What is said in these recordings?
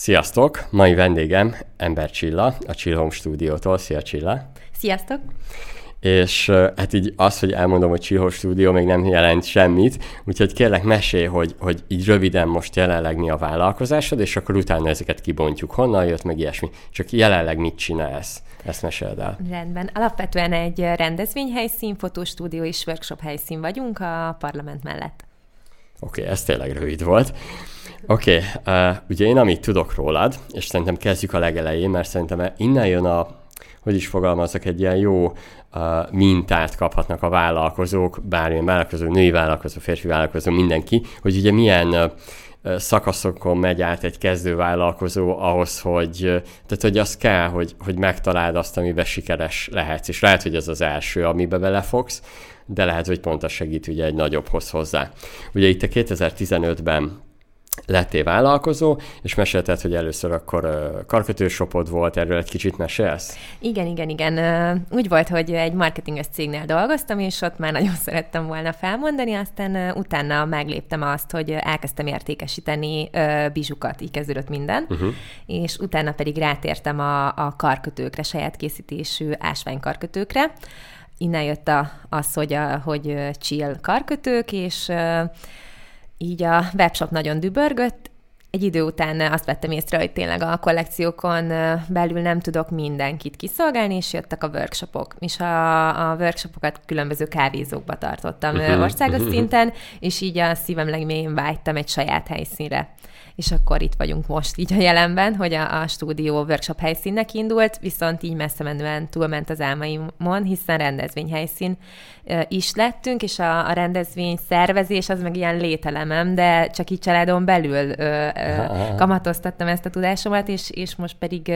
Sziasztok! Mai vendégem Ember Csilla, a Chill Home Stúdiótól. Szia Csilla! Sziasztok! És hát így az, hogy elmondom, hogy Chill Home Stúdió még nem jelent semmit, úgyhogy kérlek mesélj, hogy így röviden most jelenleg mi a vállalkozásod, és akkor utána ezeket kibontjuk. Honnan jött, meg ilyesmi. Csak jelenleg mit csinálsz? Ezt meséld el. Rendben. Alapvetően egy rendezvényhelyszín, fotostúdió és workshop helyszín vagyunk a parlament mellett. Oké, ez tényleg rövid volt. Oké, ugye én amit tudok rólad, és szerintem kezdjük a legelején, mert szerintem innen jön hogy is fogalmazok, egy ilyen jó mintát kaphatnak a vállalkozók, bármilyen vállalkozó, női vállalkozó, férfi vállalkozó, mindenki, hogy ugye milyen szakaszokon megy át egy kezdővállalkozó ahhoz, hogy az kell, hogy megtaláld azt, amiben sikeres lehetsz, és lehet, hogy ez az első, amiben belefogsz, de lehet, hogy pont az segít ugye egy nagyobbhoz hozzá. Ugye itt a 2015-ben lettél vállalkozó, és mesélted, hogy először akkor karkötőshopod volt, erről egy kicsit mesélsz? Igen. Úgy volt, hogy egy marketinges cégnél dolgoztam, és ott már nagyon szerettem volna felmondani, aztán utána megléptem azt, hogy elkezdtem értékesíteni bizsukat, így kezdődött minden, és utána pedig rátértem a karkötőkre, saját készítésű ásványkarkötőkre. Innen jött az, hogy chill karkötők, és így a webshop nagyon dübörgött. Egy idő után azt vettem észre, hogy tényleg a kollekciókon belül nem tudok mindenkit kiszolgálni, és jöttek a workshopok. És a workshopokat különböző kávézókba tartottam országos szinten, és így a szívem legmélyén vágytam egy saját helyszínre. És akkor itt vagyunk most így a jelenben, hogy a stúdió workshop helyszínnek indult, viszont így messze menően túlment az álmaimon, hiszen rendezvényhelyszín is lettünk, és a rendezvény szervezés az meg ilyen lételemem, de csak így családon belül kamatoztattam ezt a tudásomat, és most pedig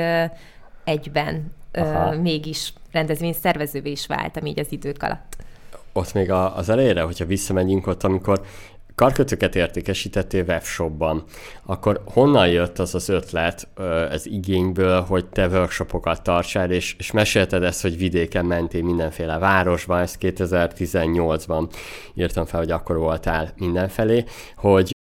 egyben mégis rendezvény szervezővé is váltam így az idők alatt. Ott még az elejére, hogyha visszamegyünk ott, amikor karkötőket értékesítettél webshopban, akkor honnan jött az ötlet, ez igényből, hogy te workshopokat tartsál, és mesélted ezt, hogy vidéken mentél mindenféle városban, ezt 2018-ban írtam fel, hogy akkor voltál mindenfelé, hogy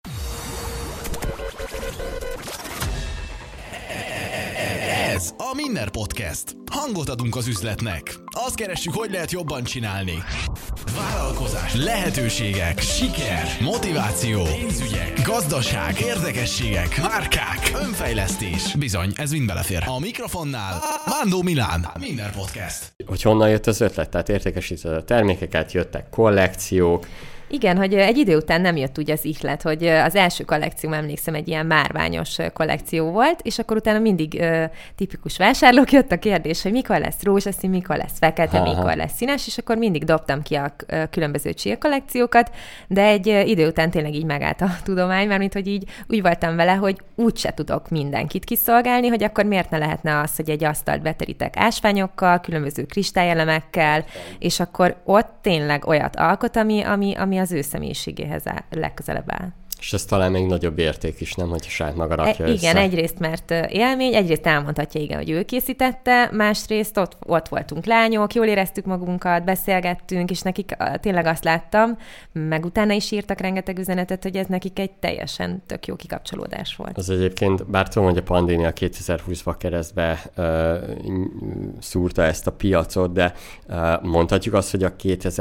Ez a Minner Podcast. Hangot adunk az üzletnek. Azt keressük, hogy lehet jobban csinálni. Vállalkozás, lehetőségek, siker, motiváció, pénzügyek, gazdaság, érdekességek, márkák, önfejlesztés. Bizony, ez mind belefér. A mikrofonnál Mándó Milán, Minner Podcast. Hogy honnan jött az ötlet? Tehát értékesíted a termékeket, jöttek kollekciók. Igen, hogy egy idő után nem jött úgy az ihlet, hogy az első kollekcióm, emlékszem, egy ilyen márványos kollekció volt, és akkor utána mindig tipikus vásárlók jött a kérdés, hogy mikor lesz rózsaszín, mikor lesz fekete, mikor lesz színes, és akkor mindig dobtam ki a különböző chill kollekciókat, de egy idő után tényleg így megállt a tudomány, mármint, hogy így úgy voltam vele, hogy úgyse tudok mindenkit kiszolgálni, hogy akkor miért ne lehetne az, hogy egy asztalt beterítek ásványokkal, különböző kristályelemekkel, és akkor ott tényleg olyat alkot, ami az ő személyiségéhez legközelebb áll. És ez talán még nagyobb érték is, nem, hogyha saját maga rakja össze. Igen, egyrészt mert élmény, egyrészt elmondhatja, igen, hogy ő készítette, másrészt ott voltunk lányok, jól éreztük magunkat, beszélgettünk, és nekik tényleg azt láttam, meg utána is írtak rengeteg üzenetet, hogy ez nekik egy teljesen tök jó kikapcsolódás volt. Az egyébként, bár tudom, hogy a pandémia 2020-ba keresztbe szúrta ezt a piacot, de mondhatjuk azt, hogy a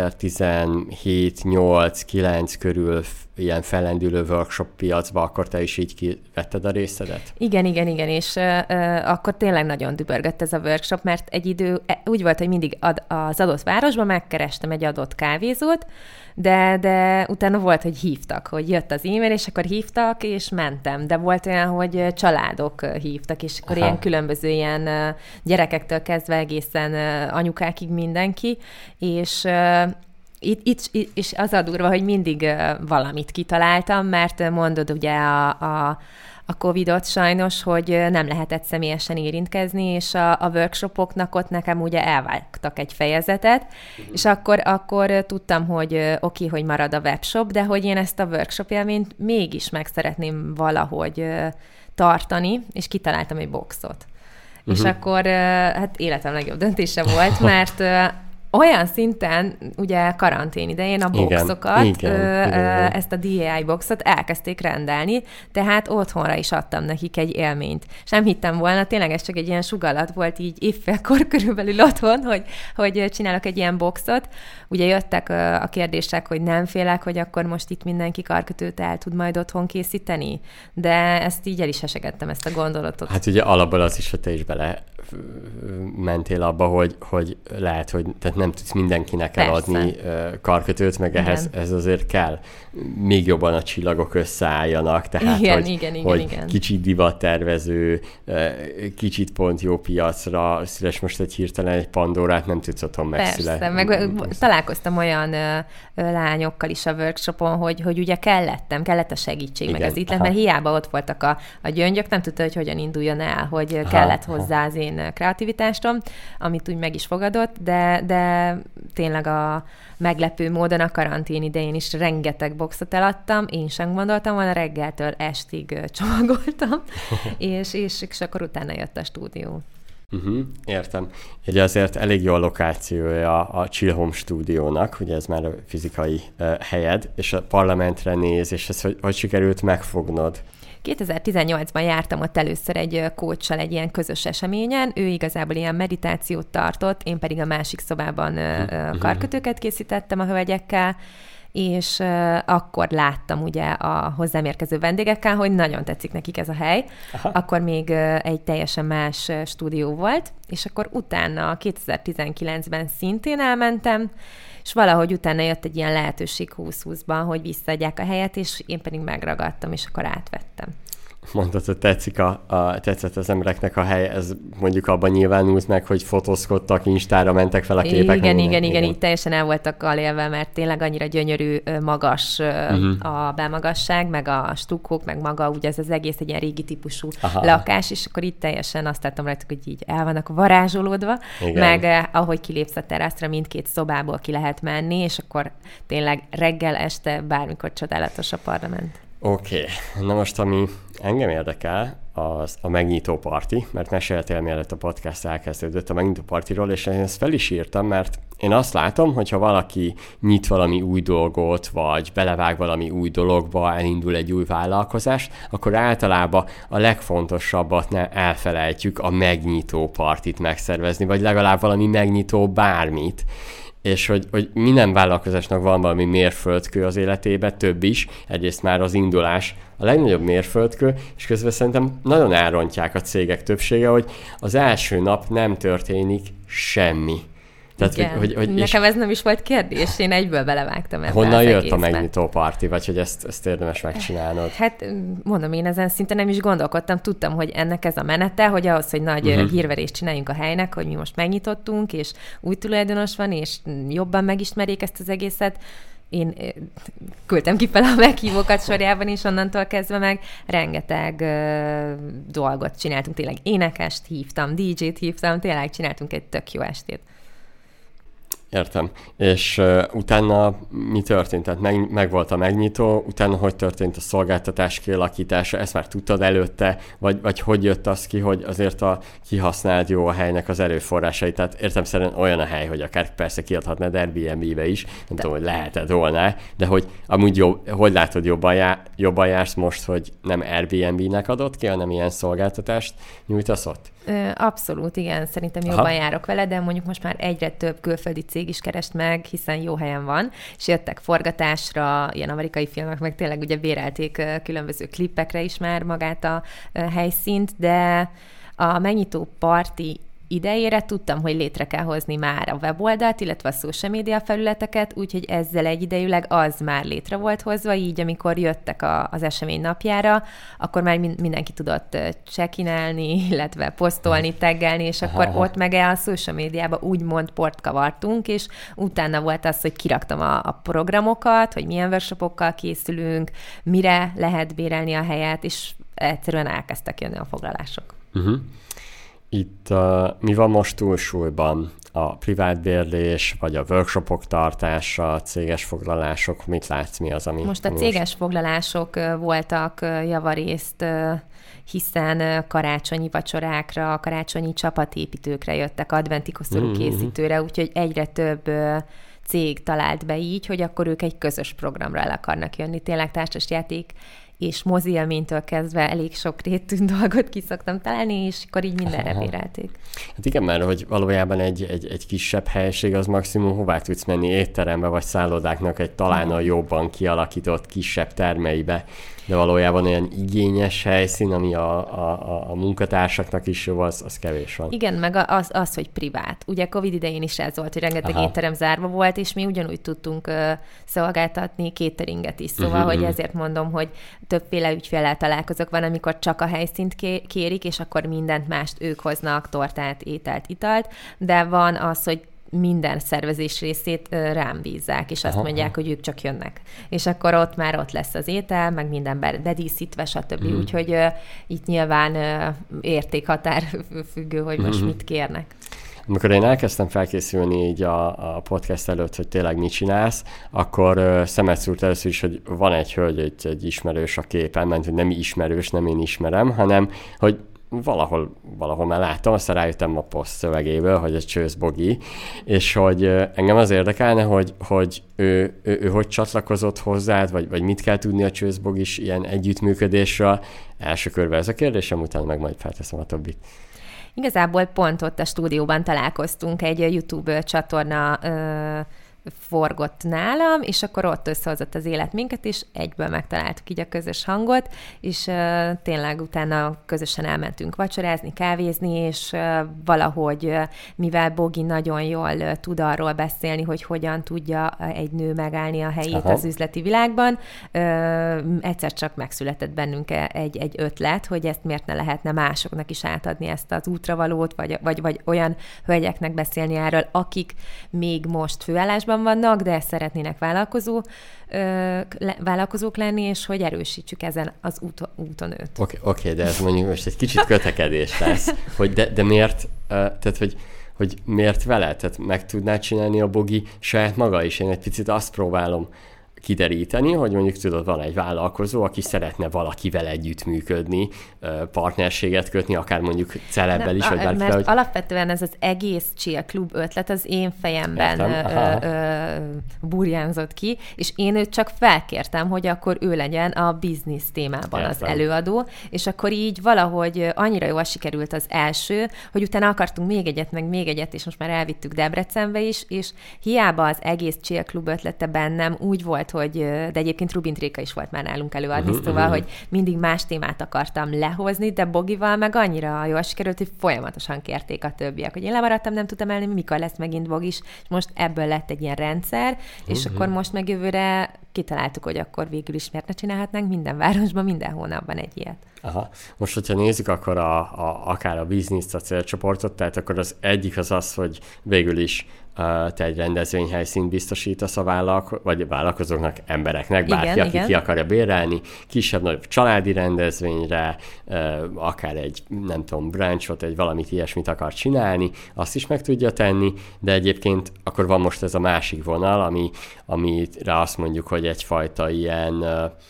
2017-8-9 körül ilyen fellendülő workshop piacba, akkor te is így kivetted a részedet? Igen, és akkor tényleg nagyon dübörgött ez a workshop, mert egy idő úgy volt, hogy mindig az adott városban megkerestem egy adott kávézót, de utána volt, hogy hívtak, hogy jött az e-mail, és akkor hívtak, és mentem. De volt olyan, hogy családok hívtak, és akkor ilyen különböző ilyen gyerekektől kezdve egészen anyukákig mindenki, és Itt és az a durva, hogy mindig valamit kitaláltam, mert mondod ugye a Covid-ot sajnos, hogy nem lehetett személyesen érintkezni, és a workshopoknak ott nekem ugye elvágtak egy fejezetet, és akkor tudtam, hogy oké, hogy marad a webshop, de hogy én ezt a workshop élményt mégis meg szeretném valahogy tartani, és kitaláltam egy boxot. És akkor hát életem legjobb döntése volt, mert olyan szinten, ugye karantén idején a boxokat, ezt a DJI boxot elkezdték rendelni, tehát otthonra is adtam nekik egy élményt. És nem hittem volna, tényleg ez csak egy ilyen sugallat volt így évfélkor körülbelül otthon, hogy csinálok egy ilyen boxot. Ugye jöttek a kérdések, hogy nem félek, hogy akkor most itt mindenki karkötőt el tud majd otthon készíteni, de ezt így el is esegettem, ezt a gondolatot. Hát ugye alapból az is, hogy te is bele mentél abba, hogy lehet, hogy tehát nem tudsz mindenkinek eladni karkötőt, meg ehhez azért kell még jobban a csillagok összeálljanak, tehát hogy kicsit divattervező, kicsit pont jó piacra, szíves most egy hirtelen egy Pandorát nem tudsz otthon megszületni. Persze, meg találkoztam olyan lányokkal is a workshopon, hogy ugye kellett a segítség, igen, meg az itt, mert hiába ott voltak a gyöngyök, nem tudta, hogy hogyan induljon el, hogy kellett hozzá az én kreativitásom, amit úgy meg is fogadott, de tényleg a meglepő módon a karantén idején is rengeteg boxot eladtam, én sem gondoltam volna, reggeltől estig csomagoltam, és akkor utána jött a stúdió. Értem. Ugye azért elég jó a lokációja a Chill Home stúdiónak, ugye ez már a fizikai helyed, és a parlamentre néz, és ezt hogy sikerült megfognod? 2018-ban jártam ott először egy coachsal egy ilyen közös eseményen, ő igazából ilyen meditációt tartott, én pedig a másik szobában karkötőket készítettem a hölgyekkel, és akkor láttam ugye a hozzám érkező vendégekkel, hogy nagyon tetszik nekik ez a hely. Aha. Akkor még egy teljesen más stúdió volt, és akkor utána 2019-ben szintén elmentem, és valahogy utána jött egy ilyen lehetőség 2020-ban, hogy visszaadják a helyet, és én pedig megragadtam, és akkor átvettem. Mondtad, hogy tetszett az embereknek a hely, ez mondjuk abban nyilvánult meg, hogy fotózkodtak, Instára mentek fel a képek. Igen, így teljesen el voltak alélve, mert tényleg annyira gyönyörű, magas a belmagasság, meg a stukkók, meg maga, ugye ez az egész egy ilyen régi típusú lakás, és akkor itt teljesen azt láttam rajtuk, hogy így el vannak varázsolódva, meg ahogy kilépsz a teraszra, mindkét szobából ki lehet menni, és akkor tényleg reggel, este, bármikor csodálatos a parlament. Oké. Na most, ami engem érdekel, az a megnyitó parti, mert meséltél, mielőtt a podcast elkezdődött a megnyitó partiról, és én ezt fel is írtam, mert én azt látom, hogyha valaki nyit valami új dolgot, vagy belevág valami új dologba, elindul egy új vállalkozás, akkor általában a legfontosabbat elfelejtjük, a megnyitó partit megszervezni, vagy legalább valami megnyitó bármit. És hogy minden vállalkozásnak van valami mérföldkő az életében, több is, egyrészt már az indulás a legnagyobb mérföldkő, és közben szerintem nagyon elrontják a cégek többsége, hogy az első nap nem történik semmi. Tehát, hogy nekem ez nem is volt kérdés, én egyből belevágtam ebbe. Honnan jött a megnyitó parti, vagy hogy ezt érdemes megcsinálnod? Hát mondom, én ezen szinte nem is gondolkodtam, tudtam, hogy ennek ez a menete, hogy ahhoz, hogy nagy hírverést csináljunk a helynek, hogy mi most megnyitottunk, és új tulajdonos van, és jobban megismerjék ezt az egészet. Én küldtem ki fel a meghívókat sorjában is, onnantól kezdve meg rengeteg dolgot csináltunk, tényleg énekest hívtam, DJ-t hívtam, tényleg csináltunk egy tök jó estét. Értem. És utána mi történt? Tehát meg volt a megnyitó, utána hogy történt a szolgáltatás kialakítása? Ezt már tudtad előtte? Vagy hogy jött az ki, hogy azért kihasználd jó a helynek az erőforrásait? Tehát értelemszerűen olyan a hely, hogy akár persze kiadhatnád Airbnb-be is, nem tudom, hogy lehetett volna, de hogy amúgy hogy látod, jobban jársz most, hogy nem Airbnb-nek adott ki, hanem ilyen szolgáltatást nyújtasz ott? Abszolút, igen, szerintem jobban járok vele, de mondjuk most már egyre több külföldi cég is kerest meg, hiszen jó helyen van, és jöttek forgatásra, ilyen amerikai filmek, meg tényleg ugye bérelték különböző klippekre is már magát a helyszínt, de a megnyitó parti idejére tudtam, hogy létre kell hozni már a weboldalt, illetve a social media felületeket, úgyhogy ezzel egyidejűleg az már létre volt hozva, így amikor jöttek az esemény napjára, akkor már mindenki tudott check-inelni, illetve posztolni, taggelni, és akkor ott meg a social médiába úgymond port kavartunk, és utána volt az, hogy kiraktam a programokat, hogy milyen workshopokkal készülünk, mire lehet bérelni a helyet, és egyszerűen elkezdtek jönni a foglalások. Itt mi van most túlsúlyban? a privátbérlés, vagy a workshopok tartása, a céges foglalások, mit látsz, mi az, ami... Most a céges foglalások voltak javarészt, hiszen karácsonyi vacsorákra, karácsonyi csapatépítőkre jöttek, adventi koszorú készítőre, úgyhogy egyre több cég talált be így, hogy akkor ők egy közös programra el akarnak jönni. Tényleg társasjáték és mozi élménytől kezdve elég sok rétű dolgot ki szoktam találni, és akkor így mindenre bérelték. Hát igen, mert hogy valójában egy kisebb helység az maximum hová tudsz menni, étterembe vagy szállodáknak egy talán a jobban kialakított kisebb termeibe, de valójában olyan igényes helyszín, ami a munkatársaknak is jó, az kevés van. Igen, meg az, hogy privát. Ugye Covid idején is ez volt, hogy rengeteg étterem zárva volt, és mi ugyanúgy tudtunk szolgáltatni cateringet is. Szóval, hogy ezért mondom, hogy többféle ügyféllel találkozok, van, amikor csak a helyszínt kérik, és akkor mindent mást ők hoznak, tortát, ételt, italt, de van az, hogy minden szervezés részét rám bízzák, és azt mondják, hogy ők csak jönnek. És akkor ott lesz az étel, meg minden bedíszítve, stb. Úgyhogy itt nyilván értékhatár függő, hogy most mit kérnek. Amikor én elkezdtem felkészülni így a podcast előtt, hogy tényleg mit csinálsz, akkor szemet szúrt először is, hogy van egy hölgy, egy ismerős a képen, mert hogy nem ismerős, nem én ismerem, hanem hogy valahol már láttam, aztán rájöttem a poszt szövegéből, hogy ez Csősz Bogi, és hogy engem az érdekelne, hogy ő hogy csatlakozott hozzád, vagy mit kell tudni a Csősz Bogis ilyen együttműködésről. Első körben ez a kérdésem, utána meg majd felteszem a többit. Igazából pont ott a stúdióban találkoztunk, egy YouTube csatorna forgott nálam, és akkor ott összehozott az élet minket, és egyből megtaláltuk így a közös hangot, és tényleg utána közösen elmentünk vacsorázni, kávézni, és valahogy, mivel Bogi nagyon jól tud arról beszélni, hogy hogyan tudja egy nő megállni a helyét az üzleti világban, egyszer csak megszületett bennünk egy ötlet, hogy ezt miért ne lehetne másoknak is átadni ezt az útravalót, vagy olyan hölgyeknek beszélni erről, akik még most főállásban vannak, de szeretnének vállalkozók lenni, és hogy erősítsük ezen az úton őt. Oké, de ez mondjuk most egy kicsit kötekedés lesz, hogy de miért, tehát hogy miért vele? Tehát meg tudnád csinálni a Bogi saját maga is. Én egy picit azt próbálom kideríteni, hogy mondjuk tudod, van egy vállalkozó, aki szeretne valakivel együttműködni, partnerséget kötni, akár mondjuk celebbel is, vagy bárkivel. Mert alapvetően ez az egész Chill Club ötlet az én fejemben burjánzott ki, és én őt csak felkértem, hogy akkor ő legyen a biznisz témában az előadó, és akkor így valahogy annyira jól sikerült az első, hogy utána akartunk még egyet, és most már elvittük Debrecenbe is, és hiába az egész Chill Club ötlete bennem úgy volt, hogy, de egyébként Rubin Tréka is volt már nálunk előadni, szóval, hogy mindig más témát akartam lehozni, de Bogival meg annyira jól sikerült, hogy folyamatosan kérték a többiek, hogy én lemaradtam, nem tudtam elni, mikor lesz megint Bogis, és most ebből lett egy ilyen rendszer, és akkor most meg jövőre kitaláltuk, hogy akkor végül is miért ne csinálhatnánk minden városban, minden hónapban egy ilyet. Aha. Most, hogyha nézzük, akkor akár a bizniszt, a célcsoportot, tehát akkor az egyik az, hogy végül is te egy rendezvényhelyszínt biztosítasz vagy vállalkozóknak, embereknek, bárki, aki ki akarja bérelni, kisebb-nagyobb családi rendezvényre, akár egy, nem tudom, brunchot, egy valamit ilyesmit akar csinálni, azt is meg tudja tenni, de egyébként akkor van most ez a másik vonal, amire azt mondjuk, hogy egyfajta ilyen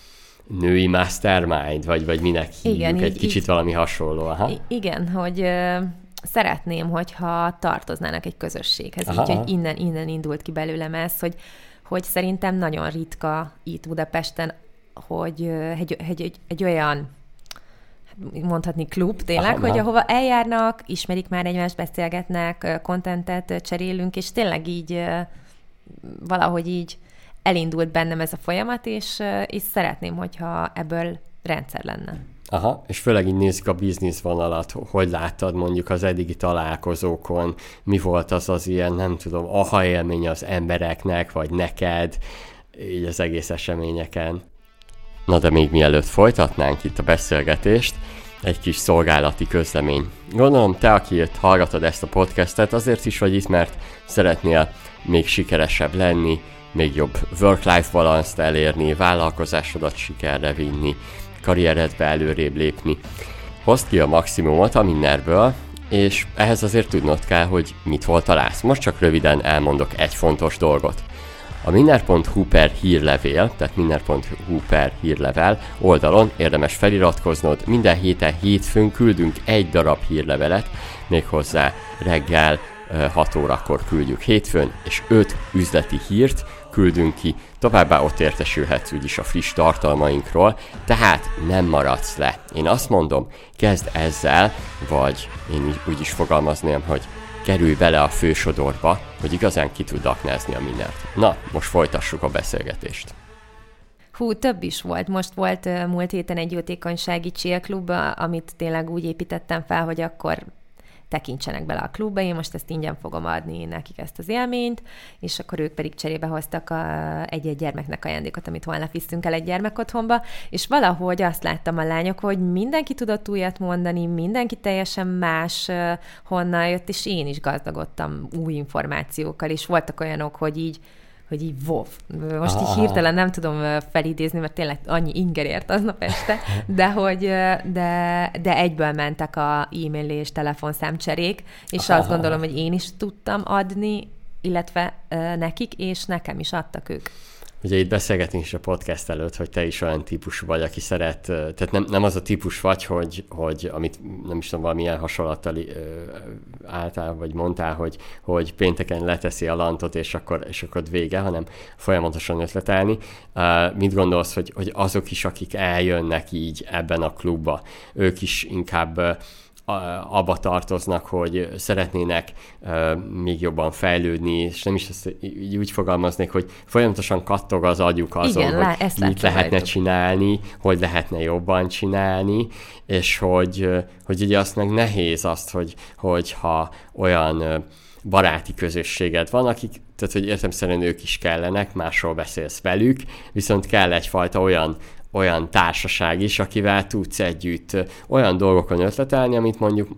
női mastermind, vagy minek hívjuk, egy kicsit valami hasonló. Aha. Igen, hogy szeretném, hogyha tartoznának egy közösséghez. Így, hogy innen indult ki belőlem ez, hogy szerintem nagyon ritka itt Budapesten, hogy egy olyan, mondhatni klub tényleg, hogy ahova eljárnak, ismerik már egymást, beszélgetnek, contentet cserélünk, és tényleg így valahogy így elindult bennem ez a folyamat, és szeretném, hogyha ebből rendszer lenne. Aha, és főleg így nézzük a biznisz vonalat, hogy láttad mondjuk az eddigi találkozókon, mi volt az ilyen, nem tudom, aha élmény az embereknek, vagy neked, így az egész eseményeken. Na de még mielőtt folytatnánk itt a beszélgetést, egy kis szolgálati közlemény. Gondolom te, aki hallgatod ezt a podcastet, azért is vagy itt, mert szeretnél még sikeresebb lenni, még jobb work-life balance-t elérni, vállalkozásodat sikerre vinni, karrieredbe előrébb lépni. Hozd ki a maximumot a mindenből, és ehhez azért tudnod kell, hogy mit hol találsz. Most csak röviden elmondok egy fontos dolgot. A minner.hu/hírlevél, tehát minner.hu/hírlevel oldalon érdemes feliratkoznod, minden héten hétfőn küldünk egy darab hírlevelet, méghozzá reggel 6 órakor küldjük hétfőn, és 5 üzleti hírt küldünk ki, továbbá ott értesülhetsz úgyis a friss tartalmainkról, tehát nem maradsz le. Én azt mondom, kezd ezzel, vagy én úgy is fogalmazném, hogy kerülj bele a fősodorba, hogy igazán ki tud aknázni a Minnert. Na, most folytassuk a beszélgetést. Hú, több is volt. Most volt múlt héten egy jótékonysági chill-klub, amit tényleg úgy építettem fel, hogy akkor tekintsenek bele a klubba, én most ezt ingyen fogom adni nekik ezt az élményt, és akkor ők pedig cserébe hoztak egy-egy gyermeknek ajándékot, amit holnap viszünk el egy gyermekotthonba, és valahogy azt láttam a lányok, hogy mindenki tudott újat mondani, mindenki teljesen más honnan jött, és én is gazdagodtam új információkkal, és voltak olyanok, hogy így wow. Most így hirtelen nem tudom felidézni, mert tényleg annyi inger ért aznap este, de egyből mentek a e-mail és telefonszámcserék, és azt gondolom, hogy én is tudtam adni, illetve nekik, és nekem is adtak ők. Ugye itt beszélgetünk is a podcast előtt, hogy te is olyan típusú vagy, aki szeret, tehát nem az a típus vagy, hogy amit nem is tudom, valamilyen hasonlattal álltál, vagy mondtál, hogy pénteken leteszi a lantot, és akkor vége, hanem folyamatosan ötletelni. Mit gondolsz, hogy azok is, akik eljönnek így ebben a klubba, ők is inkább abba tartoznak, hogy szeretnének még jobban fejlődni, és nem is ezt így úgy fogalmaznék, hogy folyamatosan kattog az agyuk azon, igen, hogy mit lehetne csinálni, hogy lehetne jobban csinálni, és hogy ugye azt meg nehéz azt, hogyha olyan baráti közösséged van, akik, tehát hogy értelemszerűen ők is kellenek, másról beszélsz velük, viszont kell egyfajta olyan társaság is, akivel tudsz együtt olyan dolgokon ötletelni, amit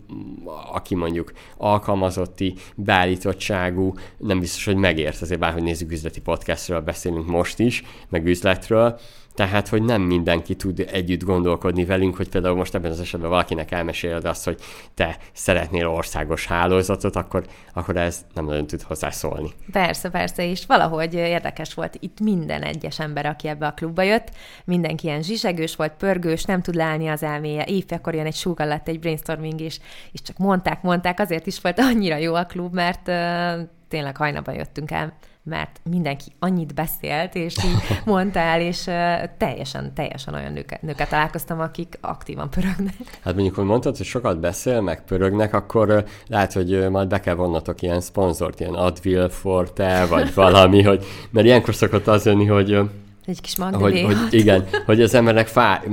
aki mondjuk alkalmazotti, beállítottságú, nem biztos, hogy megért, azért bárhogy nézzük, üzleti podcastről beszélünk most is, meg üzletről, tehát, hogy nem mindenki tud együtt gondolkodni velünk, hogy például most ebben az esetben valakinek elmeséled azt, hogy te szeretnél országos hálózatot, akkor ez nem nagyon tud hozzászólni. Persze, és valahogy érdekes volt itt minden egyes ember, aki ebbe a klubba jött, mindenki ilyen zsizsegős volt, pörgős, nem tud leállni az elméje, éjfélkor jön egy súgallat, egy brainstorming és csak mondták, azért is volt annyira jó a klub, mert tényleg hajnalban jöttünk el, mert mindenki annyit beszélt, és így mondtál, és teljesen olyan nőket találkoztam, akik aktívan pörögnek. Hát mondjuk, hogy mondtad, hogy sokat beszél, meg pörögnek, akkor lehet, hogy majd be kell vonnatok ilyen szponzort, ilyen Advil Forte, vagy valami, mert ilyenkor szokott az jönni, hogy egy kis magdevé. Hogy igen, hogy az embernek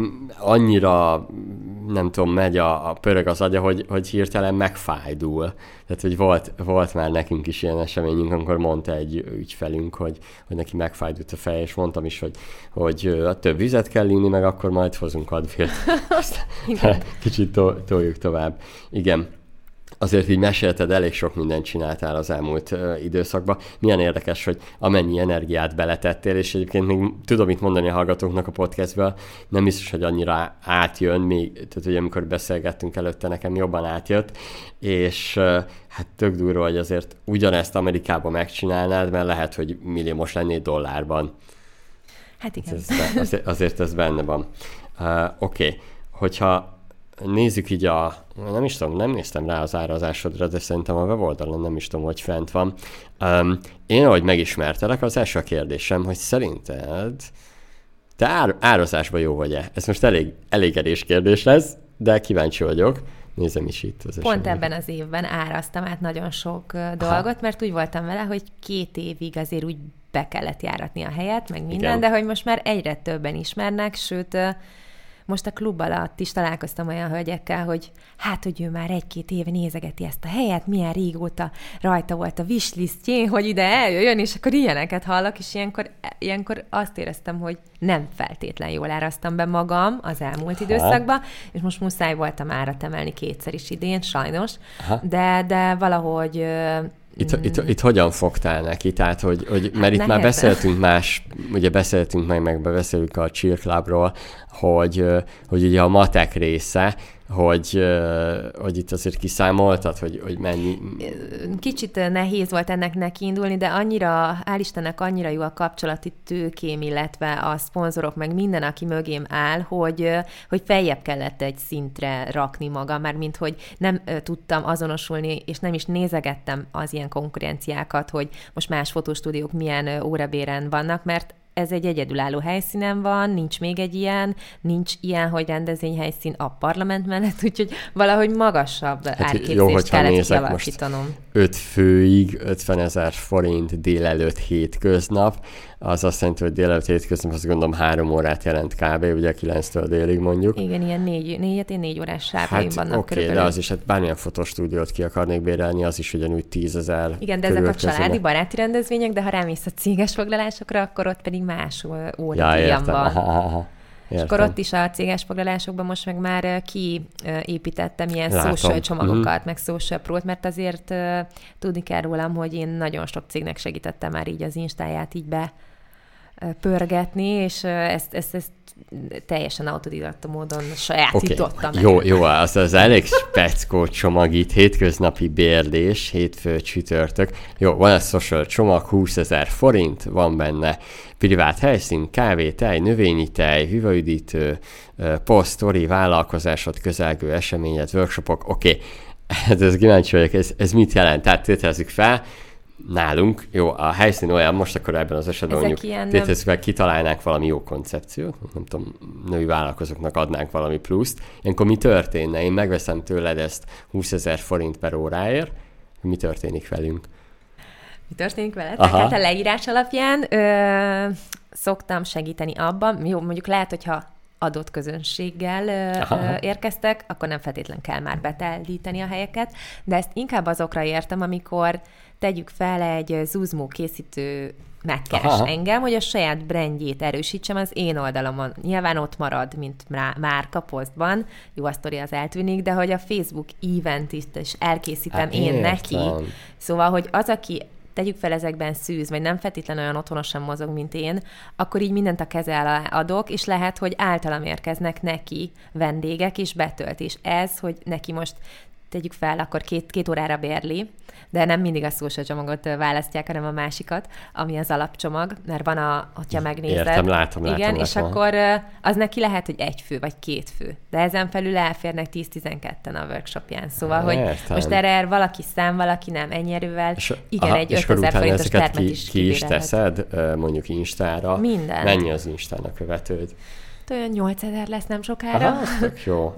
annyira, nem tudom, megy a pörög az agya, hogy hirtelen megfájdul. Tehát, hogy volt már nekünk is ilyen eseményünk, amikor mondta egy ügyfelünk, hogy neki megfájdult a feje, és mondtam is, hogy több vizet kell inni, meg akkor majd hozunk Advilt. Kicsit toljuk tovább. Igen. Azért így mesélted, elég sok mindent csináltál az elmúlt időszakban. Milyen érdekes, hogy amennyi energiát beletettél, és egyébként még tudom itt mondani a hallgatóknak a podcastből, nem biztos, hogy annyira átjön, tehát hogy amikor beszélgettünk előtte, nekem jobban átjött, és hát tök durva, hogy azért ugyanezt Amerikában megcsinálnád, mert lehet, hogy milliómos lennél dollárban. Hát igen. Azért ez benne van. Oké. Hogyha nézzük így nem is tudom, nem néztem rá az árazásodra, de szerintem a weboldalon nem is tudom, hogy fent van. Én, ahogy megismertelek, az első kérdésem, hogy szerinted te árazásban jó vagy-e? Ez most elég erős kérdés lesz, de kíváncsi vagyok. Nézem is itt az Pont ebben az évben áraztam át nagyon sok dolgot, mert úgy voltam vele, hogy 2 évig azért úgy be kellett járatni a helyet, meg minden, igen. De hogy most már egyre többen ismernek, sőt, most a klub alatt is találkoztam olyan hölgyekkel, hogy hogy ő már 1-2 éve nézegeti ezt a helyet, milyen régóta rajta volt a wishlistjén, hogy ide eljöjjön, és akkor ilyeneket hallok, és ilyenkor azt éreztem, hogy nem feltétlen jól áraztam be magam az elmúlt időszakban, és most muszáj voltam árat emelni 2-szer is idén, sajnos, de valahogy... Itt hogyan fogtál neki? Tehát, mert itt már beszéltünk beszéltünk meg beszélünk a Chill Clubról, hogy ugye a matek része, hogy itt azért kiszámoltad, hogy mennyi... Kicsit nehéz volt ennek nekiindulni, de hál' Istennek annyira jó a kapcsolati tőkém, illetve a szponzorok, meg minden, aki mögém áll, hogy feljebb kellett egy szintre rakni magam, mert mint hogy nem tudtam azonosulni, és nem is nézegettem az ilyen konkurenciákat, hogy most más fotostúdiók milyen órabéren vannak, mert ez egy egyedülálló helyszínen van, nincs még egy ilyen, nincs ilyen, hogy rendezvényhelyszín a parlament mellett, úgyhogy valahogy magasabb árképzést kellett kialakítanom. 5 főig 50 000 forint délelőtt hétköznap, az azt jelenti, hogy délelőtt hétköznap, azt gondolom 3 órát jelent kb. Ugye 9-től délig mondjuk. Igen, ilyen 4 órás sávjaim vannak oké, körülbelül. De az is, hát bármilyen fotostúdiót ki akarnék bérelni, az is ugyanúgy 10 000. Igen, de ezek a családi, baráti rendezvények, de ha rámész a céges foglalásokra, akkor ott pedig más óradíjam van. Aha. És akkor ott is a céges foglalásokban most meg már kiépítettem ilyen social csomagokat, meg social prót, mert azért tudni kell rólam, hogy én nagyon sok cégnek segítettem már így az Instáját így bepörgetni, és ezt teljesen autodidakta módon sajátítottam. Okay. Jó, az elég speckó csomag itt, hétköznapi bérlés, hétfő, csütörtök. Jó, van a social csomag, 20 000 forint, van benne privát helyszín, kávé, tej, növényi tej, hüvelyüdítő, poszt, sztori, vállalkozásod, közelgő eseményed, workshopok, oké. Hát ez kíváncsi vagyok, ez mit jelent? Tehát tételezzük fel, nálunk, jó, a helyszín olyan, most akkor ebben az esetben mondjuk tételezzük fel, kitalálnánk valami jó koncepciót, nem tudom, női vállalkozóknak adnánk valami pluszt, ilyenkor mi történne? Én megveszem tőled ezt 20 000 forint per óráért, mi történik velünk? Mi történik veled? Hát a leírás alapján szoktam segíteni abban, jó, mondjuk lehet, hogyha adott közönséggel érkeztek, akkor nem feltétlen kell már betelíteni a helyeket, de ezt inkább azokra értem, amikor tegyük fel egy Zuzmó készítő megkeres engem, hogy a saját brandjét erősítsem az én oldalamon. Nyilván ott marad, mint márka posztban, jó, a sztori az eltűnik, de hogy a Facebook event is elkészítem én neki. Szóval, hogy az, aki tegyük fel ezekben szűz, vagy nem feltétlenül olyan otthonosan mozog, mint én, akkor így mindent a keze alá adok, és lehet, hogy általam érkeznek neki vendégek, és betölt. És ez, hogy neki most tegyük fel, akkor két órára bérli, de nem mindig a social csomagot választják, hanem a másikat, ami az alapcsomag, mert van hogyha megnézed. Értem, látom. Igen, és akkor az neki lehet, hogy 1 fő, vagy 2 fő, de ezen felül elférnek 10-12-en a workshopján. Szóval, hogy most erre valaki szám, valaki nem, ennyi erővel, egy 5000 forintos termet is ki is teszed, mondjuk Instára. Minden. Mennyi az Instának követőd? Olyan 8000 lesz nem sokára. Tök jó.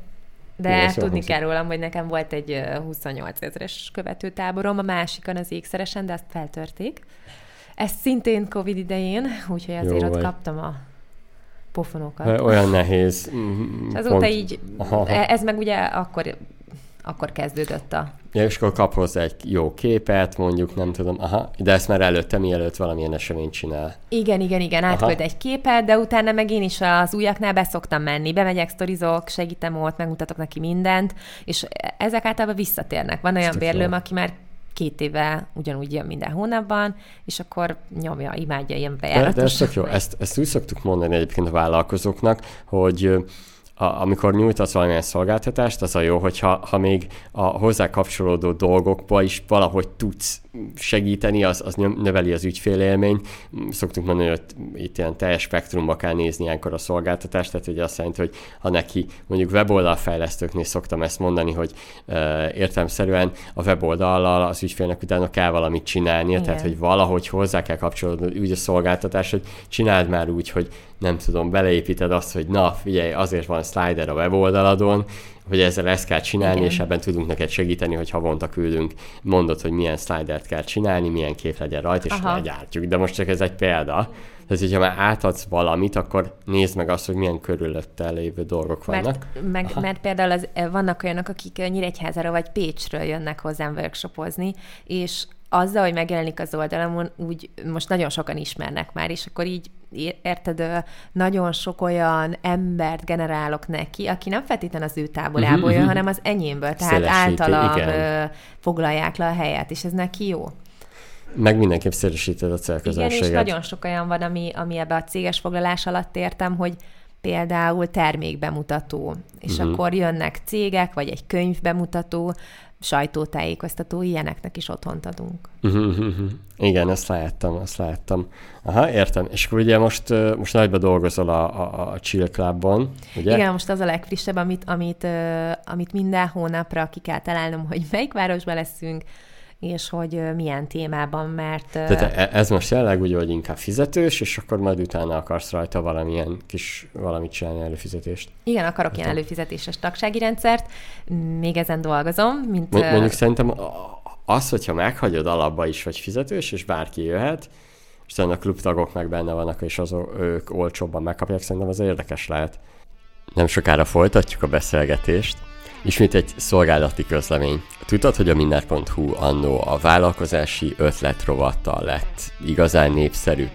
De tudni kell rólam, hogy nekem volt egy 28 000-es követőtáborom, a másikon az ékszeresen, de azt feltörték. Ez szintén Covid idején, úgyhogy azért ott kaptam a pofonokat. Olyan nehéz. És azóta így, ez meg ugye akkor kezdődött a... Ja, és akkor kap hozzá egy jó képet, mondjuk, nem tudom, de ezt már előtte, mielőtt valamilyen eseményt csinál. Igen, átkölt egy képet, de utána meg én is az újaknál beszoktam menni, bemegyek, sztorizok, segítem ott, megmutatok neki mindent, és ezek általában visszatérnek. Van olyan bérlőm, aki már 2 éve ugyanúgy jön minden hónapban, és akkor nyomja, imádja ilyen bejáratos. De ez tök jó, ezt úgy szoktuk mondani egyébként a vállalkozóknak, hogy amikor nyújtasz valamilyen szolgáltatást, az a jó, hogyha még a hozzá kapcsolódó dolgokba is valahogy tudsz segíteni, az növeli az ügyfélélményt. Szoktuk mondani, hogy itt ilyen teljes spektrumba kell nézni ilyenkor a szolgáltatást, tehát ugye azt jelenti, hogy ha neki mondjuk weboldalfejlesztőknél szoktam ezt mondani, hogy értelemszerűen a weboldallal az ügyfélnek utána kell valamit csinálnia, tehát hogy valahogy hozzá kell kapcsolódni úgy a szolgáltatás, hogy csináld már úgy, hogy nem tudom, beleépíted azt, hogy na, figyelj, azért van slider a weboldaladon, hogy ezzel ezt kell csinálni, és ebben tudunk neked segíteni, hogy havonta küldünk, mondod, hogy milyen slidert kell csinálni, milyen kép legyen rajta, és legyártjuk. De most csak ez egy példa. Tehát, hogyha már átadsz valamit, akkor nézd meg azt, hogy milyen körülöttel lévő dolgok vannak. Mert például vannak olyanok, akik Nyíregyházára vagy Pécsről jönnek hozzám workshopozni, és azzal, hogy megjelenik az oldalamon, úgy most nagyon sokan ismernek már, és akkor így érted, nagyon sok olyan embert generálok neki, aki nem feltétlenül az ő táborából jön, hanem az enyémből, tehát általam foglalják le a helyet, és ez neki jó. Meg mindenképp szélesíted a célközönséget. Igen, és nagyon sok olyan van, ami ebbe a céges foglalás alatt értem, hogy például termékbemutató, és akkor jönnek cégek, vagy egy könyvbemutató, sajtótájékoztató, ilyeneknek is otthont adunk. Igen, ezt láttam. Aha, értem. És akkor ugye most nagyban dolgozol a Chill Clubban, ugye? Igen, most az a legfrissebb, amit minden hónapra ki kell találnom, hogy melyik városban leszünk, és hogy milyen témában, mert... Tehát ez most jelenleg úgy, hogy inkább fizetős, és akkor majd utána akarsz rajta valamit csinálni, előfizetést. Igen, akarok ilyen előfizetéses tagsági rendszert, még ezen dolgozom, mint... Mondjuk szerintem az, hogyha meghagyod alapba is, vagy fizetős, és bárki jöhet, és szerintem a klubtagok meg benne vannak, és ők olcsóbban megkapják, szerintem az érdekes lehet. Nem sokára folytatjuk a beszélgetést. Ismét egy szolgálati közlemény. Tudtad, hogy a Minner.hu annó a vállalkozási ötletrovattal lett igazán népszerű?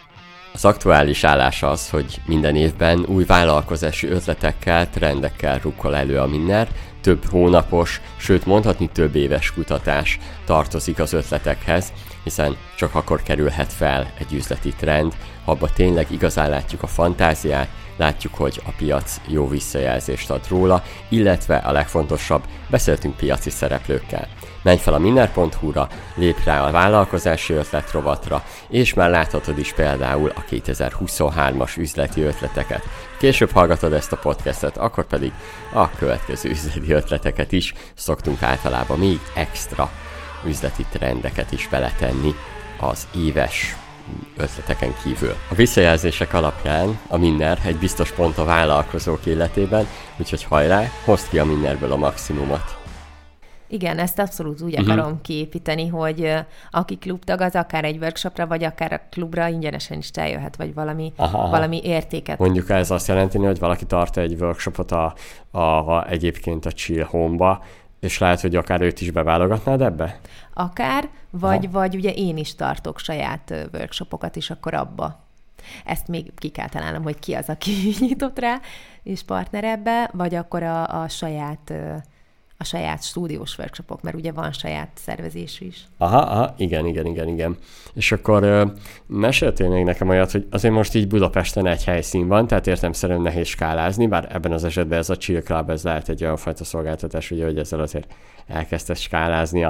Az aktuális állás az, hogy minden évben új vállalkozási ötletekkel, trendekkel rukkol elő a Minner, több hónapos, sőt mondhatni több éves kutatás tartozik az ötletekhez, hiszen csak akkor kerülhet fel egy üzleti trend, ha abba tényleg igazán látjuk a fantáziát, látjuk, hogy a piac jó visszajelzést ad róla, illetve a legfontosabb, beszéltünk piaci szereplőkkel. Menj fel a Minner.hu-ra, lépj rá a vállalkozási ötletrovatra, és már láthatod is például a 2023-as üzleti ötleteket. Később hallgatod ezt a podcastet, akkor pedig a következő üzleti ötleteket is szoktunk általában még extra üzleti trendeket is beletenni az éves ötleteken kívül. A visszajelzések alapján a Minner egy biztos pont a vállalkozók életében, úgyhogy hajrá, hozd ki a Minnerből a maximumot. Igen, ezt abszolút úgy akarom kiépíteni, hogy aki klubtag, az akár egy workshopra, vagy akár a klubra ingyenesen is eljöhet, vagy valami értéket. Mondjuk ez azt jelenti, hogy valaki tart egy workshopot egyébként a Chill Home-ba, és lehet, hogy akár őt is beválogatnád ebbe? Akár, vagy ugye én is tartok saját workshopokat is akkor abba. Ezt még ki kell találnom, hogy ki az, aki nyitott rá, és partner ebbe, vagy akkor a saját stúdiós workshopok, mert ugye van saját szervezés is. Aha, igen. És akkor meséltél még nekem olyat, hogy azért most így Budapesten egy helyszín van, tehát értelemszerűen nehéz skálázni, bár ebben az esetben ez a Chill Club, ez lehet egy olyan fajta szolgáltatás, ugye, hogy ezzel azért elkezdted skálázni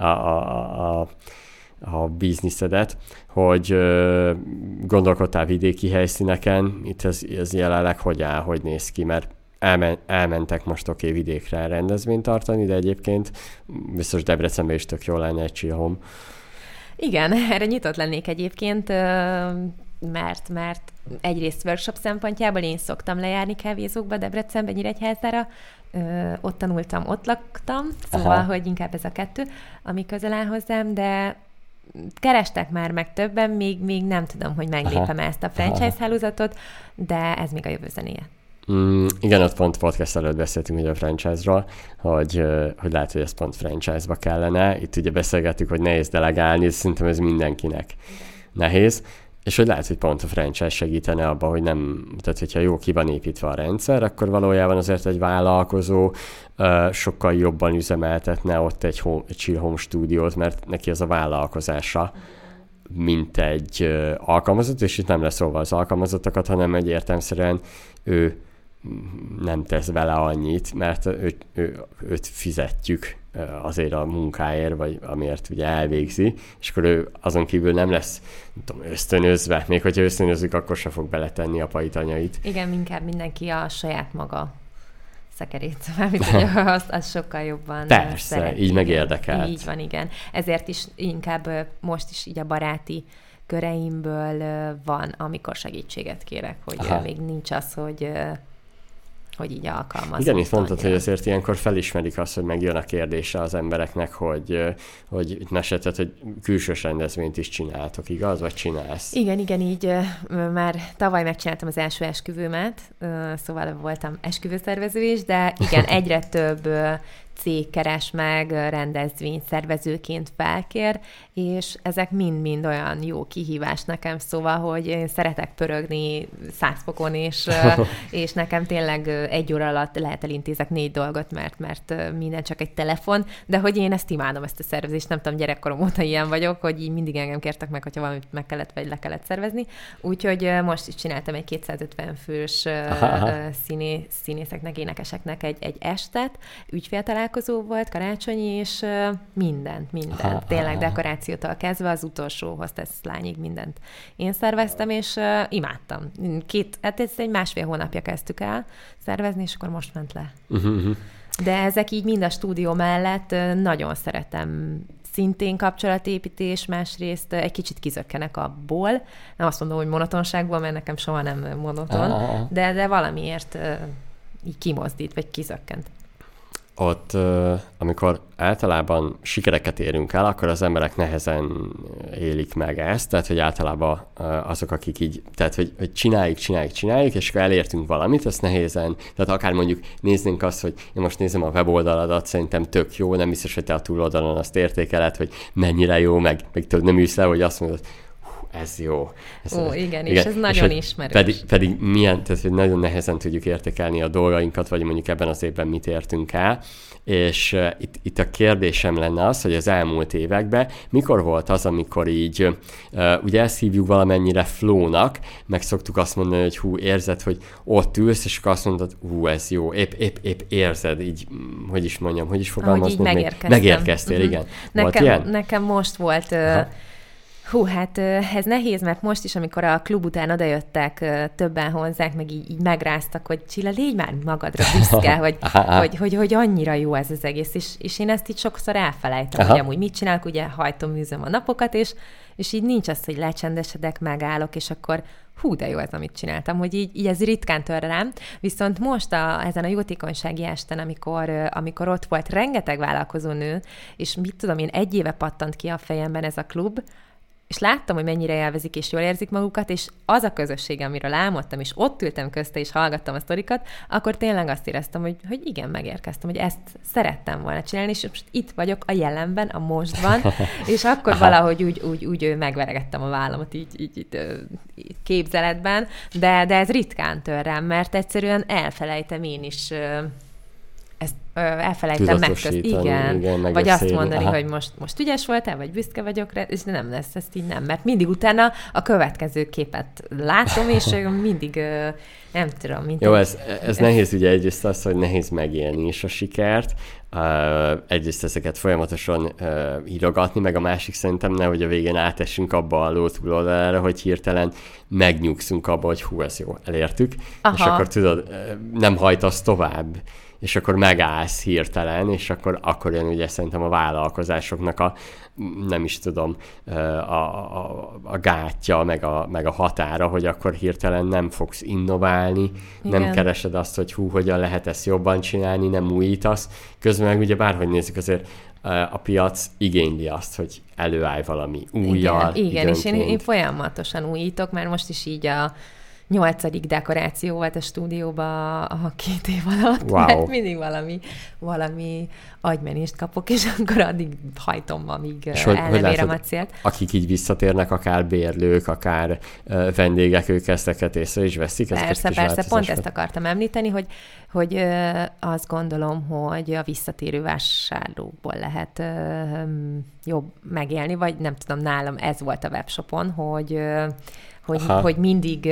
a bizniszedet, hogy gondolkodtál vidéki helyszíneken, itt ez jelenleg hogy áll, hogy néz ki, mert elmentek most vidékre rendezvényt tartani, de egyébként biztos Debrecenben is tök jól lenne egy Chill Home. Igen, erre nyitott lennék egyébként, mert egyrészt workshop szempontjából én szoktam lejárni kávézókba Debrecenbe, Nyíregyházára, ott tanultam, ott laktam, szóval, hogy inkább ez a kettő, ami közel áll hozzám, de kerestek már meg többen, még nem tudom, hogy meglépem ezt a franchise hálózatot, de ez még a jövő zenéje. Igen, ott pont podcast előtt beszéltünk ugye a franchise-ról, hogy lehet, hogy ez pont franchise-ba kellene. Itt ugye beszélgettük, hogy nehéz delegálni, és szerintem ez mindenkinek nehéz, és hogy lehet, hogy pont a franchise segítene abban, hogy nem, tehát hogyha jó ki van építve a rendszer, akkor valójában azért egy vállalkozó sokkal jobban üzemeltetne ott egy Chill Home stúdiót, mert neki az a vállalkozása, mint egy alkalmazott, és itt nem leszólva az alkalmazottakat, hanem egy értelemszerűen ő nem tesz vele annyit, mert őt fizetjük azért a munkáért, vagy amiért ugye elvégzi, és akkor ő azon kívül nem lesz, nem tudom, ösztönözve, még hogyha ösztönözzük, akkor sem fog beletenni apait, anyait. Igen, inkább mindenki a saját maga szekerét, mármint az sokkal jobban persze, szereti. Így meg érdekelt. Így van, igen. Ezért is inkább most is így a baráti köreimből van, amikor segítséget kérek, hogy még nincs az, hogy így alkalmazottan. Igen, itt mondtad, hogy azért ilyenkor felismerik azt, hogy megjön a kérdése az embereknek, hogy itt mesélted, hogy külsős rendezvényt is csináltok, igaz? Vagy csinálsz? Igen, így már tavaly megcsináltam az első esküvőmet, szóval voltam esküvőszervező is, de igen, egyre több cég keres meg, rendezvényszervezőként felkér, és ezek mind-mind olyan jó kihívás nekem, szóval, hogy én szeretek pörögni 100 fokon, és nekem tényleg 1 óra alatt lehet elintézek 4 dolgot, mert minden csak egy telefon, de hogy én ezt imádom, ezt a szervezést, nem tudom, gyerekkorom óta ilyen vagyok, hogy így mindig engem kértek meg, hogyha valamit meg kellett, vagy le kellett szervezni. Úgyhogy most is csináltam egy 250 fős színészeknek, énekeseknek egy estet, ügyféltalálkozó volt, karácsonyi, és mindent. Tényleg dekorációtól kezdve az utolsó hostess-lányig mindent én szerveztem, és imádtam. Hát ez egy 1,5 hónapja kezdtük el szervezni, és akkor most ment le. De ezek így mind a stúdió mellett nagyon szeretem. Szintén kapcsolatépítés, másrészt egy kicsit kizökkenek abból. Nem azt mondom, hogy monotonságból, mert nekem soha nem monoton, de valamiért így kimozdít, vagy kizökkent. Ott, amikor általában sikereket érünk el, akkor az emberek nehezen élik meg ezt, tehát, hogy általában azok, akik így, tehát, hogy csináljuk, és akkor elértünk valamit, ezt nehézen, tehát akár mondjuk néznénk azt, hogy én most nézem a weboldaladat, szerintem tök jó, nem biztos, hogy te a túloldalon azt értékeled, hogy mennyire jó, meg nem ülsz le, hogy azt mondod, ez jó. Igen, és ez nagyon ismerős. Pedig milyen, tehát hogy nagyon nehezen tudjuk értékelni a dolgainkat, vagy mondjuk ebben az évben mit értünk el, és itt a kérdésem lenne az, hogy az elmúlt években mikor volt az, amikor így, ugye ezt hívjuk valamennyire flow-nak, meg szoktuk azt mondani, hogy érzed, hogy ott ülsz, és akkor azt mondod, ez jó, épp érzed, így, hogy is fogalmazni? Megérkeztél, igen. Nekem most volt... Hát ez nehéz, mert most is, amikor a klub után odajöttek többen hozzák, meg így megráztak, hogy Csilla, légy már magadra büszke, hogy annyira jó ez az egész, és én ezt így sokszor elfelejtem, hogy amúgy mit csinálok, ugye hajtom, műzöm a napokat, és így nincs az, hogy lecsendesedek, megállok, és akkor de jó ez, amit csináltam, hogy így ez ritkán tör rám, viszont most ezen a jótékonysági esten, amikor ott volt rengeteg vállalkozó nő, és mit tudom én, 1 éve pattant ki a fejemben ez a klub, és láttam, hogy mennyire élvezik és jól érzik magukat, és az a közösség, amiről álmodtam, és ott ültem közte, és hallgattam a sztorikat, akkor tényleg azt éreztem, hogy igen, megérkeztem, hogy ezt szerettem volna csinálni, és most itt vagyok a jelenben, a mostban, és akkor valahogy úgy megveregettem a vállamat így képzeletben, de ez ritkán tör rám, mert egyszerűen elfelejtem én is ezt elfelejtem megközni. Igen, vagy azt mondani, hogy most ügyes voltál, vagy büszke vagyok rá, és nem lesz ezt így nem, mert mindig utána a következő képet látom, és mindig nem tudom. Jó, ez nehéz ugye egyrészt az, hogy nehéz megélni is a sikert, egyrészt ezeket folyamatosan írogatni, meg a másik szerintem nehogy a végén átessünk abba a ló túloldalára, hogy hirtelen megnyugszunk abba, hogy ez jó, elértük, és akkor tudod, nem hajtasz tovább, és akkor megállsz hirtelen, és akkor jön ugye szerintem a vállalkozásoknak nem is tudom, a gátja, meg a határa, hogy akkor hirtelen nem fogsz innoválni, igen. Nem keresed azt, hogy hogyan lehet ezt jobban csinálni, nem újítasz. Közben meg ugye bárhogy nézzük, azért a piac igényli azt, hogy előállj valami újjal. Igen, és én folyamatosan újítok, mert most is így a 8. dekoráció volt a stúdióban a 2 év alatt, wow. Mert mindig valami agymenést kapok, és akkor addig hajtom, amíg el nem érem a célt. Akik így visszatérnek, akár bérlők, akár vendégek, ők ezteket észre is veszik? Persze, pont ezt akartam említeni, hogy azt gondolom, hogy a visszatérő vásárlókból lehet jobb megélni, vagy nem tudom, nálam ez volt a webshopon, hogy mindig,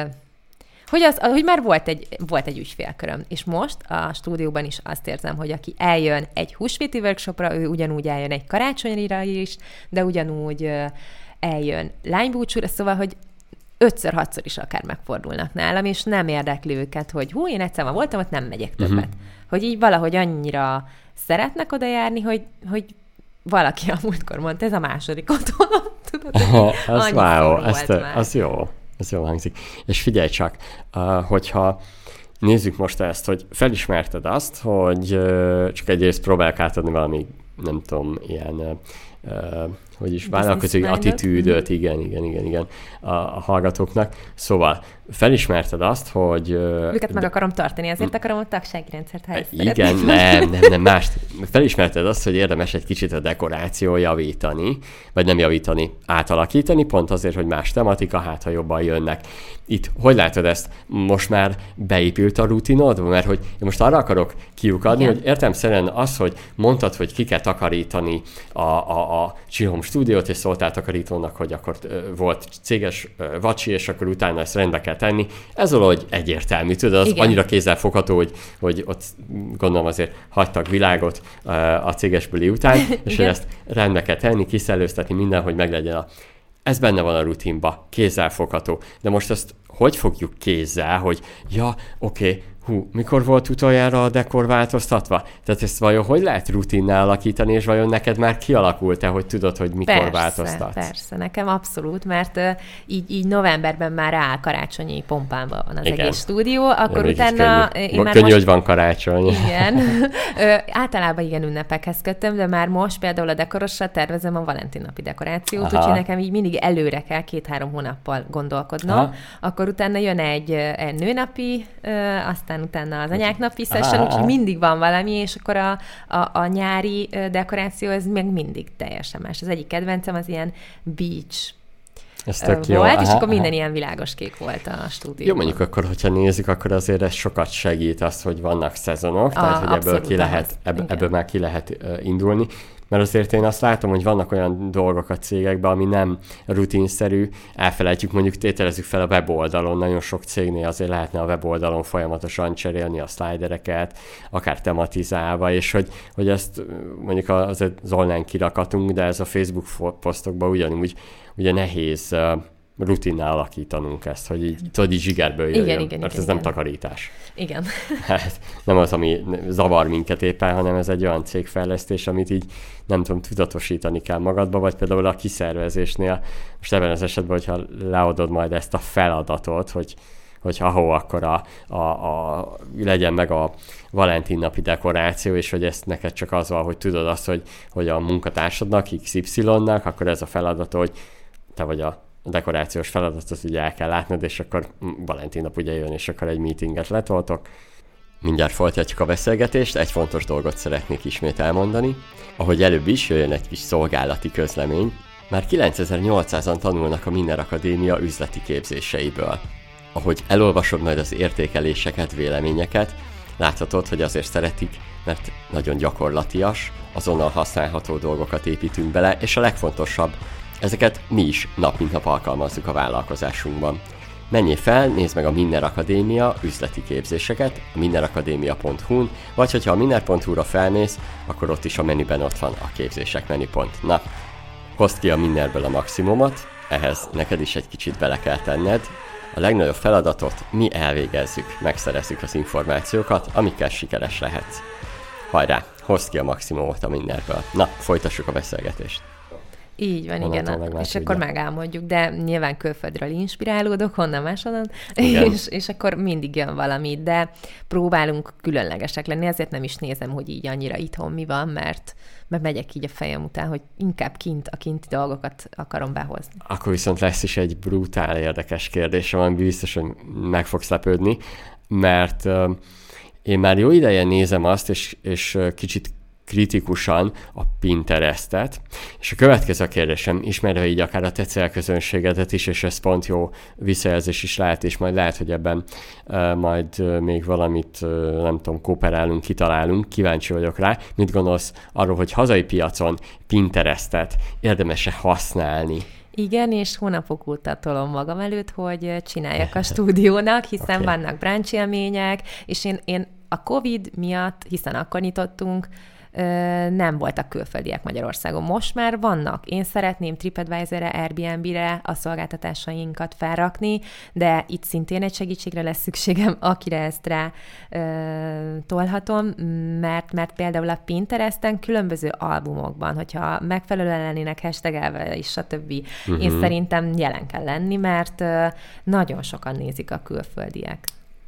hogy már volt egy ügyfélköröm, és most a stúdióban is azt érzem, hogy aki eljön egy húsvéti workshopra, ő ugyanúgy eljön egy karácsonyra is, de ugyanúgy eljön lánybúcsúra, szóval, hogy 5-6-szor is akár megfordulnak nálam, és nem érdekli őket, hogy én egyszer ma voltam, ott nem megyek többet. Hogy így valahogy annyira szeretnek oda járni, hogy valaki a múltkor mondta, ez a második otthonom, tudod? Az jó. Ez jól hangzik. És figyelj csak, hogyha nézzük most ezt, hogy felismerted azt, hogy csak egyrészt próbálják átadni valami, nem tudom, ilyen vállalkozói attitűdöt, igen, a hallgatóknak. Szóval felismerted azt, hogy... Őket meg akarom tartani, azért akarom a tagsági rendszert, ha igen, nem, mást. Felismerted azt, hogy érdemes egy kicsit a dekoráció javítani, vagy nem javítani, átalakítani, pont azért, hogy más tematika, hát ha jobban jönnek. Itt, hogy látod ezt? Most már beépült a rutinod? Mert hogy én most arra akarok kiukadni, hogy értelemszerűen az, hogy mondtad, hogy ki kell takarítani a Chill Home stúdiót, és szóltál takarítónak, hogy akkor volt céges vacsi, és akkor utána ezt rendbe kell tenni. Ez valahogy egyértelmű, tudod, az annyira kézzelfogható, hogy ott gondolom azért hagytak világot a céges buli után, és hogy ezt rendbe kell tenni, kiszellőztetni minden, hogy meglegyen ez benne van a rutinba, kézzelfogható. De most ezt hogy fogjuk kézzel, hogy oké, mikor volt utoljára a dekor változtatva? Tehát ezt vajon hogy lehet rutinnál alakítani, és vajon neked már kialakult-e, hogy tudod, hogy mikor változtatsz? Persze, nekem abszolút, mert így novemberben már áll karácsonyi pompában van az egész stúdió, akkor utána... Könnyű, hogy van karácsony. Igen. Általában igen ünnepekhez kötöm, de már most például a dekorosra tervezem a Valentin napi dekorációt, úgyhogy nekem így mindig előre kell 2-3 hónappal gondolkodnom. Akkor utána jön egy nőnapi, aztán utána az anyák napi session, úgyhogy mindig van valami, és akkor a nyári dekoráció, ez meg mindig teljesen más. Az egyik kedvencem az ilyen beach volt, és akkor minden ilyen világos kék volt a stúdióban. Jó, mondjuk akkor, hogyha nézzük, akkor azért ez sokat segít az, hogy vannak szezonok, tehát hogy ebből már ki lehet indulni. Mert azért én azt látom, hogy vannak olyan dolgok a cégekben, ami nem rutinszerű, elfelejtjük, mondjuk tételezzük fel a weboldalon, nagyon sok cégnél azért lehetne a weboldalon folyamatosan cserélni a szlájdereket, akár tematizálva, és hogy ezt mondjuk az online kirakatunk, de ez a Facebook posztokban ugyanúgy ugye nehéz rutinnál alakítanunk ezt, hogy így zsigerből jöjjön, mert ez nem takarítás. Igen. Hát nem az, ami zavar minket éppen, hanem ez egy olyan cégfejlesztés, amit így nem tudom, tudatosítani kell magadba, vagy például a kiszervezésnél, most ebben az esetben, hogyha leadod majd ezt a feladatot, hogy akkor legyen meg a Valentin napi dekoráció, és hogy ezt neked csak az van, hogy tudod azt, hogy a munkatársadnak, XY-nak, akkor ez a feladat, hogy te vagy a dekorációs feladatot ugye el kell látnod, és akkor Valentin nap ugye jön, és akkor egy meetinget letoltok. Mindjárt folytatjuk a beszélgetést, egy fontos dolgot szeretnék ismét elmondani. Ahogy előbb is jöjjön egy kis szolgálati közlemény, már 9800-an tanulnak a Minner Akadémia üzleti képzéseiből. Ahogy elolvasod majd az értékeléseket, véleményeket, láthatod, hogy azért szeretik, mert nagyon gyakorlatias, azonnal használható dolgokat építünk bele, és a legfontosabb, ezeket mi is nap mint nap alkalmazzuk a vállalkozásunkban. Menjél fel, nézd meg a Minner Akadémia üzleti képzéseket a minnerakadémia.hu-n, vagy hogyha a minner.hu-ra felmész, akkor ott is a menüben ott van a képzések menüpont. Na, hozd ki a Minnerből a maximumot, ehhez neked is egy kicsit bele kell tenned. A legnagyobb feladatot mi elvégezzük, megszerezzük az információkat, amikkel sikeres lehetsz. Hajrá, hozd ki a maximumot a Minnerből. Na, folytassuk a beszélgetést. Így van, igen. És akkor megálmodjuk, de nyilván külföldről inspirálódok, honnan máshonnan, és akkor mindig jön valami, de próbálunk különlegesek lenni, ezért nem is nézem, hogy így annyira itthon mi van, mert megyek így a fejem után, hogy inkább a kinti dolgokat akarom behozni. Akkor viszont lesz is egy brutál érdekes kérdés, ami biztos, hogy meg fogsz lepődni, mert én már jó ideje nézem azt, és kicsit kritikusan a Pinterestet. És a következő kérdésem, ismerve így akár a te célközönségedet is, és ez pont jó visszajelzés is lehet, és majd lehet, hogy ebben majd még valamit, nem tudom, kooperálunk, kitalálunk, kíváncsi vagyok rá. Mit gondolsz arról, hogy hazai piacon Pinterestet érdemes-e használni? Igen, és hónapok óta tolom magam előtt, hogy csináljak a stúdiónak, hiszen vannak brunch élmények, és én a Covid miatt, hiszen akkor nyitottunk, nem voltak külföldiek Magyarországon. Most már vannak. Én szeretném TripAdvisor-re, Airbnb-re a szolgáltatásainkat felrakni, de itt szintén egy segítségre lesz szükségem, akire ezt rá tolhatom, mert például a Pinteresten különböző albumokban, hogyha megfelelően lennének hashtagelve és stb. Én szerintem jelen kell lenni, mert nagyon sokan nézik a külföldiek.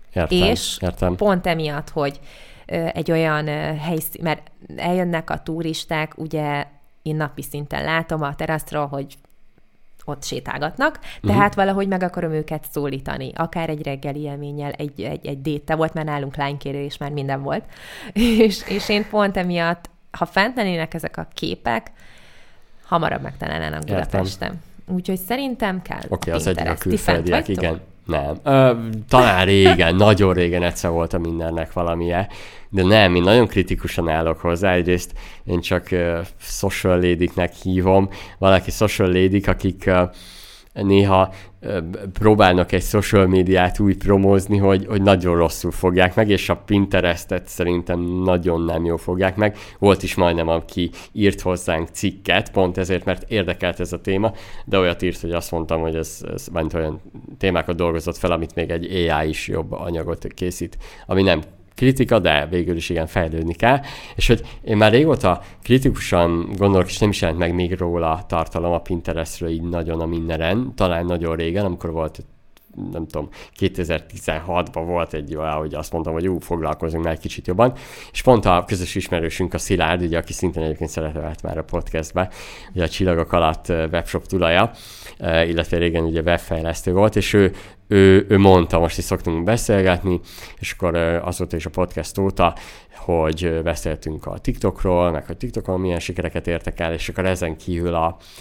Értem. Pont emiatt, hogy egy olyan helyszín, mert eljönnek a turisták, ugye én napi szinten látom a teraszról, hogy ott sétálgatnak, tehát valahogy meg akarom őket szólítani. Akár egy reggeli élménnyel, egy déte volt, mert nálunk lánykérés, már minden volt. És én pont emiatt, ha fent lennének ezek a képek, hamarabb megtalálnának Budapesten. Úgyhogy szerintem kell. Oké, az egyik a külföldiek, igen. Nem. Talán régen, nagyon régen egyszer volt a mindennek valamilyen, de nem, én nagyon kritikusan állok hozzá. Egyrészt én csak social lady-knek hívom. Valaki social lady-k, akik néha próbálnak egy social médiát úgy promózni, hogy nagyon rosszul fogják meg, és a Pinterestet szerintem nagyon nem jól fogják meg. Volt is majdnem, aki írt hozzánk cikket, pont ezért, mert érdekelt ez a téma, de olyat írt, hogy azt mondtam, hogy ez olyan témákat dolgozott fel, amit még egy AI is jobb anyagot készít, ami nem kritika, de végül is igen, fejlődni kell. És hogy én már régóta kritikusan gondolok, és nem is jelent meg még róla tartalom a Pinterestről így nagyon a mindenen, talán nagyon régen, amikor volt, nem tudom, 2016-ban volt egy olyan, hogy azt mondtam, hogy foglalkozunk már egy kicsit jobban, és pont a közös ismerősünk, a Szilárd, ugye, aki szintén egyébként szeretett már a podcastbe, ugye a Csillagok alatt webshop tulaja, illetve régen ugye webfejlesztő volt, és ő mondta, most is szoktunk beszélgetni, és akkor azóta is a podcast óta, hogy beszéltünk a TikTokról, meg hogy TikTokon milyen sikereket értek el, és akkor ezen kívül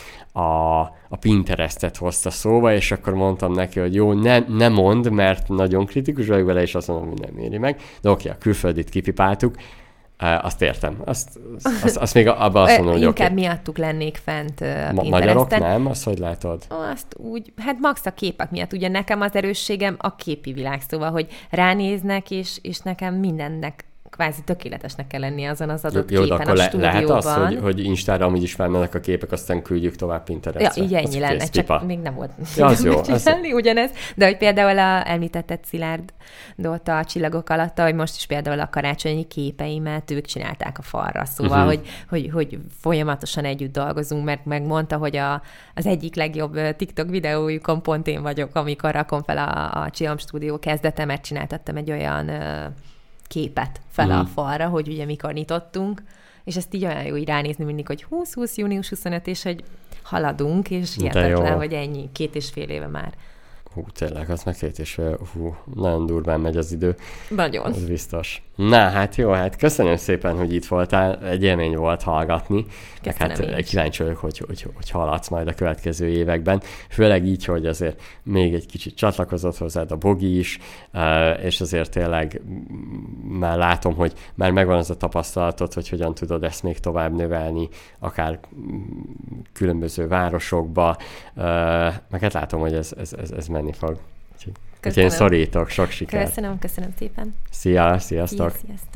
a Pinterestet hozta szóba, és akkor mondtam neki, hogy jó, ne mondd, mert nagyon kritikus vagyok vele, és azt mondom, hogy nem éri meg. De oké, a külföldit kipipáltuk, azt értem. Azt még abban azt mondom, hogy inkább miattuk lennék fent Pinteresten. Magyarok nem? Azt hogy látod? Azt úgy, hát max a képek miatt. Ugye nekem az erősségem a képi világ, szóval, hogy ránéznek, és nekem mindennek kvázi tökéletesnek kell lennie azon az adott jó, képen a stúdióban. Lehet az, hogy Instára amúgy is felmennek a képek, aztán küldjük tovább Pinterestre. Ja, így ennyi lenne, csak még nem volt az jó, ugyanez. De hogy például említetted Szilárdot a Csillagok alatt, hogy most is például a karácsonyi képeimet ők csinálták a falra. Szóval, hogy folyamatosan együtt dolgozunk, mert megmondta, hogy az egyik legjobb TikTok videójukon pont én vagyok, amikor rakom fel a Csillam Stúdió kezdete, mert csináltattam egy olyan képet fel a falra, hogy ugye mikor nyitottunk, és ezt így olyan jó így ránézni mindig, hogy 2020, június 25, és hogy haladunk, és hihetetlen, hogy ennyi, 2,5 éve már. Tényleg, az meg 2,5, nagyon durván megy az idő. Nagyon. Ez biztos. Na, hát jó, hát köszönöm szépen, hogy itt voltál, egy élmény volt hallgatni. Meg hát kíváncsi vagyok, hogy haladsz majd a következő években. Főleg így, hogy azért még egy kicsit csatlakozott hozzád a Bogi is, és azért tényleg már látom, hogy már megvan az a tapasztalatod, hogy hogyan tudod ezt még tovább növelni, akár különböző városokba, meg hát látom, hogy ez menni fog. Úgyhogy én szorítok, sok sikert. Köszönöm szépen. Sziasztok. Sziasztok.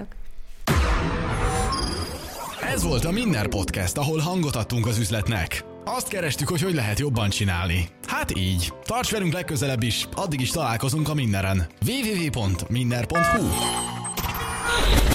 Ez volt a Minner Podcast, ahol hangot adtunk az üzletnek. Azt kerestük, hogy lehet jobban csinálni. Hát így. Tarts velünk legközelebb is, addig is találkozunk a Minneren. www.minner.hu